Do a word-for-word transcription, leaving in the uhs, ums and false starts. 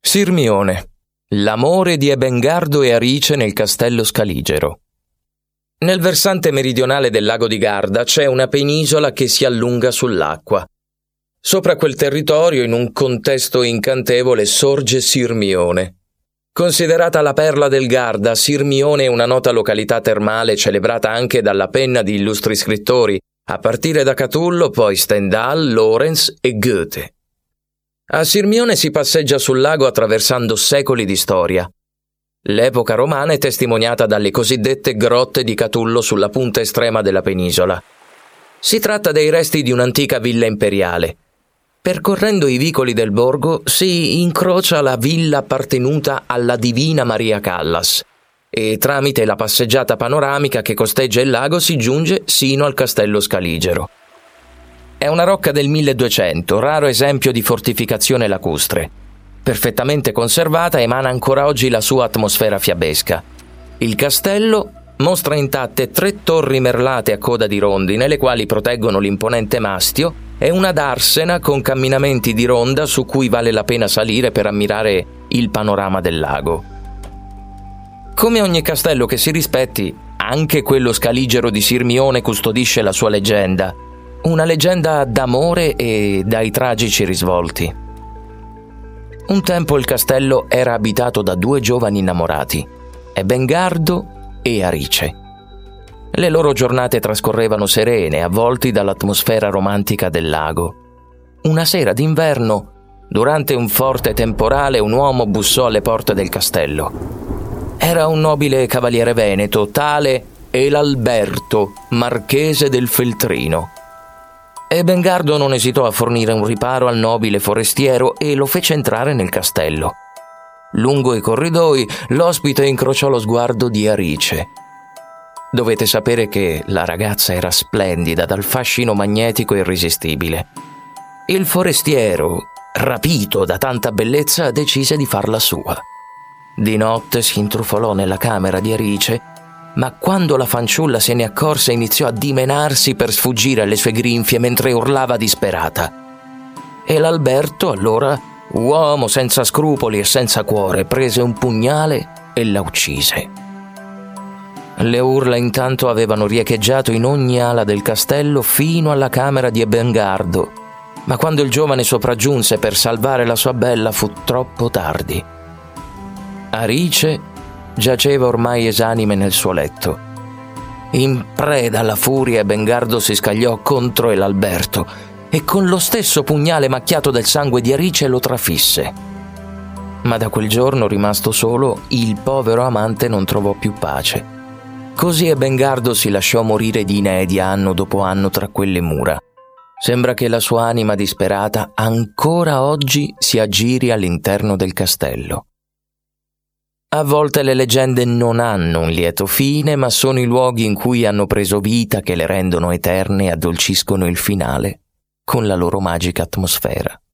Sirmione. L'amore di Ebengardo e Arice nel castello Scaligero. Nel versante meridionale del lago di Garda c'è una penisola che si allunga sull'acqua. Sopra quel territorio, in un contesto incantevole, sorge Sirmione. Considerata la perla del Garda, Sirmione è una nota località termale celebrata anche dalla penna di illustri scrittori, a partire da Catullo, poi Stendhal, Lorenz e Goethe. A Sirmione si passeggia sul lago attraversando secoli di storia. L'epoca romana è testimoniata dalle cosiddette grotte di Catullo sulla punta estrema della penisola. Si tratta dei resti di un'antica villa imperiale. Percorrendo i vicoli del borgo si incrocia la villa appartenuta alla Divina Maria Callas e tramite la passeggiata panoramica che costeggia il lago si giunge sino al castello Scaligero. È una rocca del milleduecento, raro esempio di fortificazione lacustre. Perfettamente conservata, emana ancora oggi la sua atmosfera fiabesca. Il castello mostra intatte tre torri merlate a coda di rondine, le quali proteggono l'imponente mastio, e una darsena con camminamenti di ronda su cui vale la pena salire per ammirare il panorama del lago. Come ogni castello che si rispetti, anche quello Scaligero di Sirmione custodisce la sua leggenda. Una leggenda d'amore e dai tragici risvolti. Un tempo il castello era abitato da due giovani innamorati, Ebengardo e Arice. Le loro giornate trascorrevano serene, avvolti dall'atmosfera romantica del lago. Una sera d'inverno, durante un forte temporale, un uomo bussò alle porte del castello. Era un nobile cavaliere veneto, tale Elalberto, marchese del Feltrino. Ebengardo non esitò a fornire un riparo al nobile forestiero e lo fece entrare nel castello. Lungo i corridoi, l'ospite incrociò lo sguardo di Arice. Dovete sapere che la ragazza era splendida, dal fascino magnetico irresistibile. Il forestiero, rapito da tanta bellezza, decise di farla sua. Di notte si intrufolò nella camera di Arice, ma quando la fanciulla se ne accorse iniziò a dimenarsi per sfuggire alle sue grinfie mentre urlava disperata. E l'Alberto, allora, uomo senza scrupoli e senza cuore, prese un pugnale e la uccise. Le urla intanto avevano riecheggiato in ogni ala del castello fino alla camera di Ebengardo, ma quando il giovane sopraggiunse per salvare la sua bella fu troppo tardi. Arice giaceva ormai esanime nel suo letto. In preda alla furia, Ebengardo si scagliò contro Elalberto e con lo stesso pugnale macchiato del sangue di Arice lo trafisse. Ma da quel giorno, rimasto solo, il povero amante non trovò più pace. Così Ebengardo si lasciò morire di inedia anno dopo anno tra quelle mura. Sembra che la sua anima disperata ancora oggi si aggiri all'interno del castello. A volte le leggende non hanno un lieto fine, ma sono i luoghi in cui hanno preso vita che le rendono eterne e addolciscono il finale con la loro magica atmosfera.